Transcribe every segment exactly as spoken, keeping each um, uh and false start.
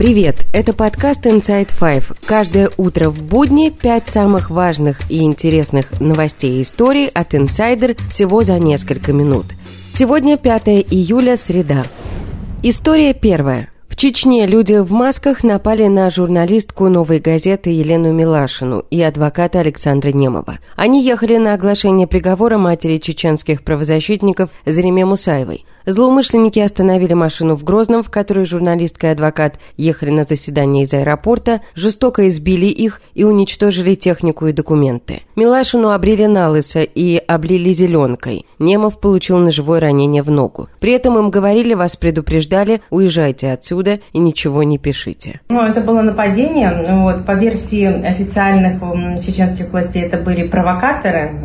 Привет, это подкаст Inside Five. Каждое утро в будни пять самых важных и интересных новостей и историй от Insider всего за несколько минут. Сегодня пятое июля, среда. История первая. В Чечне люди в масках напали на журналистку «Новой газеты» Елену Милашину и адвоката Александра Немова. Они ехали на оглашение приговора матери чеченских правозащитников Зареме Мусаевой. Злоумышленники остановили машину в Грозном, в которой журналистка и адвокат ехали на заседание из аэропорта, жестоко избили их и уничтожили технику и документы. Милашину обрили налысо и облили зеленкой. Немов получил ножевое ранение в ногу. При этом им говорили, вас предупреждали, уезжайте отсюда и ничего не пишите. Ну, это было нападение. Вот, по версии официальных чеченских властей, это были провокаторы.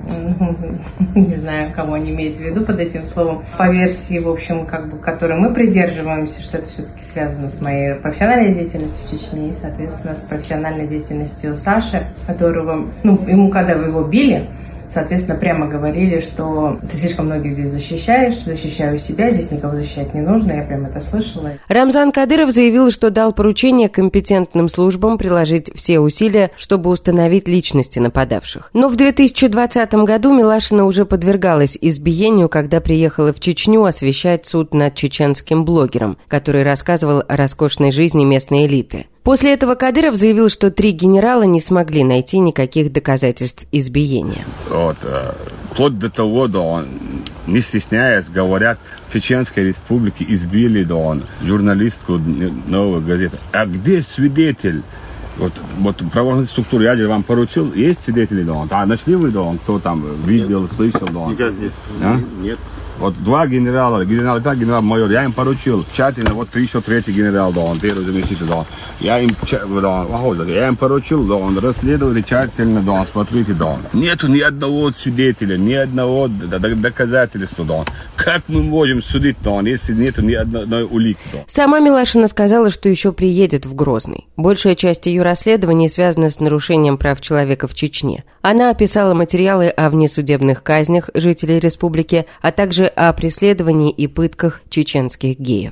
Не знаю, кого они имеют в виду под этим словом. По версии, в общем, как бы, которой мы придерживаемся, что это все-таки связано с моей профессиональной деятельностью в Чечне и, соответственно, с профессиональной деятельностью Саши, которого, ну, ему, когда вы его били, соответственно, прямо говорили, что ты слишком многих здесь защищаешь, защищаю себя, здесь никого защищать не нужно, я прям это слышала. Рамзан Кадыров заявил, что дал поручение компетентным службам приложить все усилия, чтобы установить личности нападавших. Но в две тысячи двадцатом году Милашина уже подвергалась избиению, когда приехала в Чечню освещать суд над чеченским блогером, который рассказывал о роскошной жизни местной элиты. После этого Кадыров заявил, что три генерала не смогли найти никаких доказательств избиения. Вот, вплоть до того, да, он, не стесняясь, говорят, в Чеченской республике избили, да, он, журналистку «Новой газеты». А где свидетель? Вот, вот правоохранительная структура, я вам поручил, есть свидетели, да, он? А нашли вы, да, он, кто там видел, нет, слышал, да, он? Нет, нет, а? Нет. Вот два генерала, генерал так, генерал-майор, я им поручил тщательно, вот еще третий генерал, да, он, первый заместитель, да, я им, да, я им поручил, да, он, расследовали тщательно, да, смотрите, да, нету ни одного свидетеля, ни одного доказательства, да, как мы можем судить, да, если нету ни одной улики, да. Сама Милашина сказала, что еще приедет в Грозный. Большая часть ее расследований связана с нарушением прав человека в Чечне. Она описала материалы о внесудебных казнях жителей республики, а также о преследовании и пытках чеченских геев.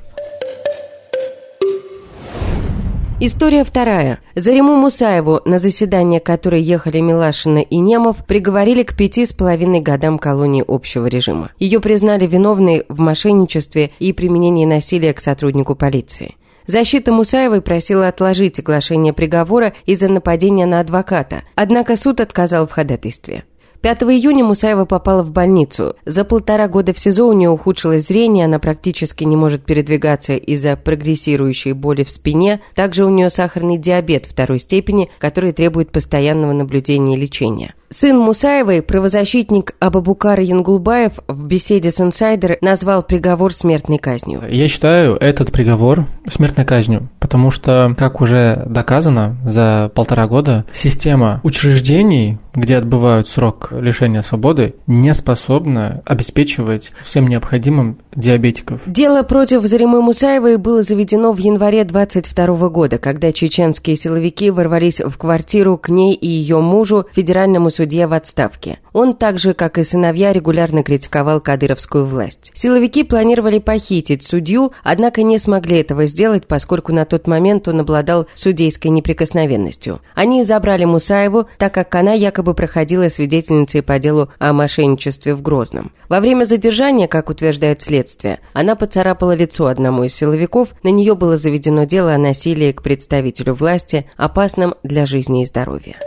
История вторая. Зарему Мусаеву, на заседание которой ехали Милашина и Немов, приговорили к пяти с половиной годам колонии общего режима. Ее признали виновной в мошенничестве и применении насилия к сотруднику полиции. Защита Мусаевой просила отложить оглашение приговора из-за нападения на адвоката, однако суд отказал в ходатайстве. пятого июня Мусаева попала в больницу. За полтора года в СИЗО у нее ухудшилось зрение, она практически не может передвигаться из-за прогрессирующей боли в спине. Также у нее сахарный диабет второй степени, который требует постоянного наблюдения и лечения. Сын Мусаевой, правозащитник Абубакар Янгулбаев, в беседе с Insider назвал приговор смертной казнью. Я считаю этот приговор смертной казнью, потому что, как уже доказано, за полтора года система учреждений, где отбывают срок лишения свободы, не способна обеспечивать всем необходимым диабетиков. Дело против Заремы Мусаевой было заведено в январе двадцать второго года, когда чеченские силовики ворвались в квартиру к ней и ее мужу, федеральному судье в отставке. Он, так же, как и сыновья, регулярно критиковал кадыровскую власть. Силовики планировали похитить судью, однако не смогли этого сделать, поскольку на тот момент он обладал судейской неприкосновенностью. Они забрали Мусаеву, так как она якобы проходила свидетельницей по делу о мошенничестве в Грозном. Во время задержания, как утверждает следствие, она поцарапала лицо одному из силовиков, на нее было заведено дело о насилии к представителю власти, опасном для жизни и здоровья.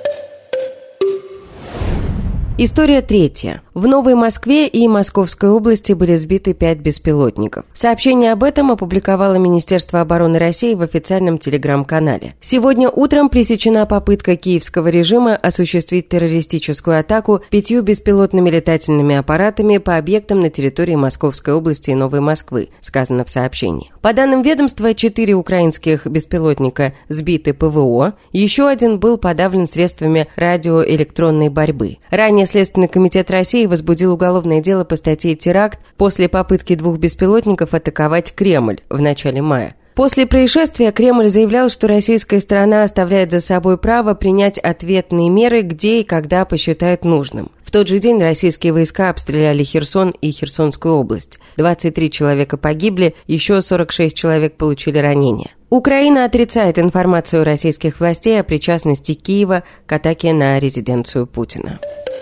История третья. В Новой Москве и Московской области были сбиты пять беспилотников. Сообщение об этом опубликовало Министерство обороны России в официальном телеграм-канале. Сегодня утром пресечена попытка киевского режима осуществить террористическую атаку пятью беспилотными летательными аппаратами по объектам на территории Московской области и Новой Москвы, сказано в сообщении. По данным ведомства, четыре украинских беспилотника сбиты ПВО, еще один был подавлен средствами радиоэлектронной борьбы. Ранее Следственный комитет России возбудил уголовное дело по статье «Теракт» после попытки двух беспилотников атаковать Кремль в начале мая. После происшествия Кремль заявлял, что российская сторона оставляет за собой право принять ответные меры, где и когда посчитает нужным. В В тот же день российские войска обстреляли Херсон и Херсонскую область. двадцать три человека погибли, еще сорок шесть человек получили ранения. Украина отрицает информацию российских властей о причастности Киева к атаке на резиденцию Путина.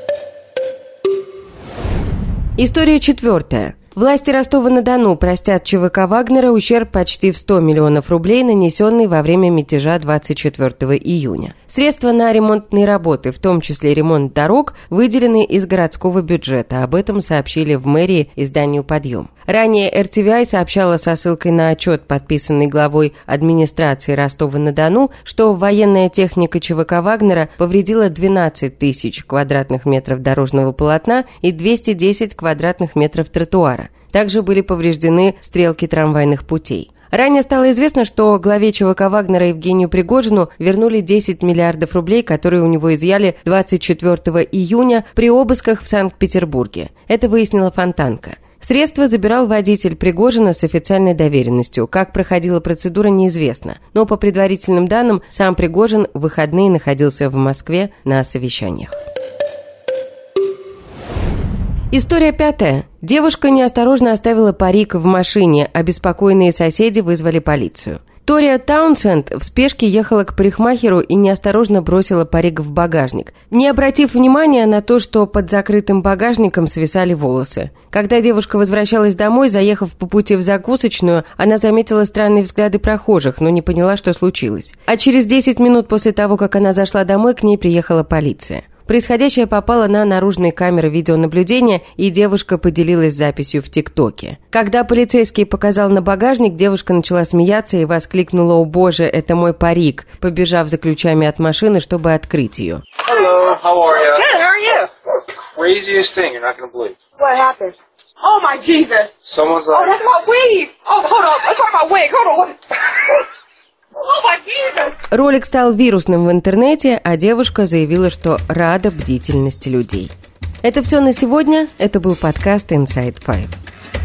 История четвертая. Власти Ростова-на-Дону простят ЧВК Вагнера ущерб почти в сто миллионов рублей, нанесенный во время мятежа двадцать четвёртого июня. Средства на ремонтные работы, в том числе ремонт дорог, выделены из городского бюджета. Об этом сообщили в мэрии изданию «Подъем». Ранее эр тэ вэ ай сообщала со ссылкой на отчет, подписанный главой администрации Ростова-на-Дону, что военная техника ЧВК Вагнера повредила двенадцать тысяч квадратных метров дорожного полотна и двести десять квадратных метров тротуара. Также были повреждены стрелки трамвайных путей. Ранее стало известно, что главе ЧВК Вагнера Евгению Пригожину вернули десять миллиардов рублей, которые у него изъяли двадцать четвёртого июня при обысках в Санкт-Петербурге. Это выяснила Фонтанка. Средства забирал водитель Пригожина с официальной доверенностью. Как проходила процедура, неизвестно. Но по предварительным данным, сам Пригожин в выходные находился в Москве на совещаниях. История пятая. Девушка неосторожно оставила парик в машине. Обеспокоенные соседи вызвали полицию. Тория Таунсенд в спешке ехала к парикмахеру и неосторожно бросила парик в багажник, не обратив внимания на то, что под закрытым багажником свисали волосы. Когда девушка возвращалась домой, заехав по пути в закусочную, она заметила странные взгляды прохожих, но не поняла, что случилось. А через десять минут после того, как она зашла домой, к ней приехала полиция. Происходящее попало на наружные камеры видеонаблюдения, и девушка поделилась записью в ТикТоке. Когда полицейский показал на багажник, девушка начала смеяться и воскликнула: «О боже, это мой парик», побежав за ключами от машины, чтобы открыть ее. Hello, how are you? Good, how are you? Craziest thing, you're not gonna believe. What happened? Oh my Jesus! Someone's Oh, like, that's my wig! Oh, hold on, let's talk about wig, hold on. Oh my Jesus! Ролик стал вирусным в интернете, а девушка заявила, что рада бдительности людей. Это все на сегодня. Это был подкаст Inside Five.